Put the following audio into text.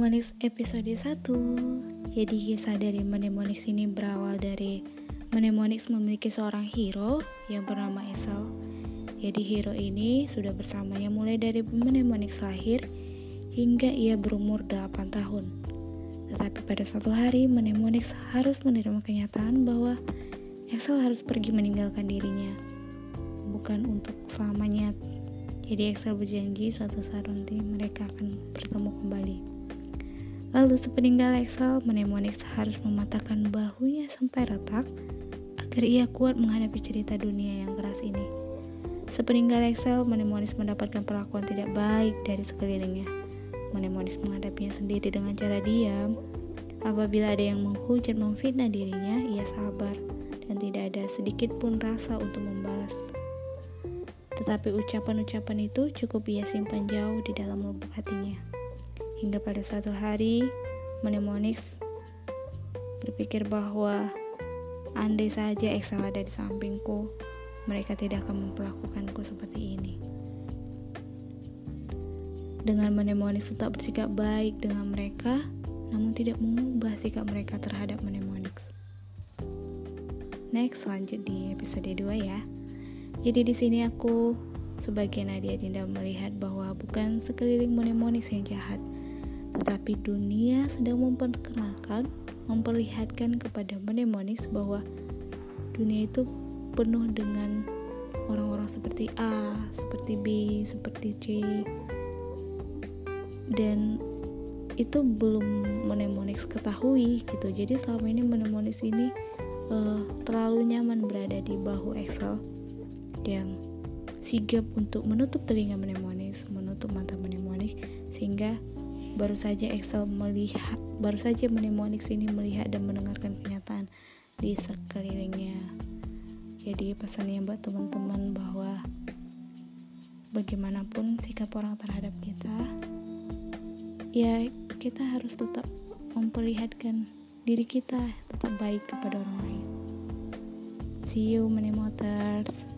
Mnemonics episode 1. Jadi kisah dari Mnemonics ini berawal dari Mnemonics memiliki seorang hero yang bernama Excel. Jadi hero ini sudah bersamanya mulai dari Mnemonics lahir hingga ia berumur 8 tahun. Tetapi pada suatu hari Mnemonics harus menerima kenyataan bahwa Excel harus pergi meninggalkan dirinya, bukan untuk selamanya. Jadi Excel berjanji suatu saat nanti mereka akan bertemu kembali. Lalu sepeninggal Excel, Mnemonics harus mematahkan bahunya sampai retak agar ia kuat menghadapi cerita dunia yang keras ini. Sepeninggal Excel, Mnemonics mendapatkan perlakuan tidak baik dari sekelilingnya. Mnemonics menghadapinya sendiri dengan cara diam. Apabila ada yang menghujat memfitnah dirinya, ia sabar dan tidak ada sedikit pun rasa untuk membalas. Tetapi ucapan-ucapan itu cukup ia simpan jauh di dalam lubuk hatinya. Hingga pada suatu hari, Mnemonics berpikir bahwa andai saja Excel ada di sampingku, mereka tidak akan memperlakukanku seperti ini. Dengan Mnemonics tetap bersikap baik dengan mereka, namun tidak mengubah sikap mereka terhadap Mnemonics. Next, lanjut di episode 2 ya. Jadi di sini aku sebagai Nadia Dinda melihat bahwa bukan sekeliling Mnemonics yang jahat, tetapi dunia sedang memperlihatkan kepada Mnemonics bahwa dunia itu penuh dengan orang-orang seperti A, seperti B, seperti C, dan itu belum Mnemonics ketahui gitu. Jadi selama ini Mnemonics ini terlalu nyaman berada di bahu Excel yang sigap untuk menutup telinga Mnemonics, menutup mata Mnemonics, sehingga baru saja Mnemonics ini melihat dan mendengarkan kenyataan di sekelilingnya. Jadi pesannya buat teman-teman bahwa bagaimanapun sikap orang terhadap kita, ya kita harus tetap memperlihatkan diri kita tetap baik kepada orang lain. See you Mnemoters.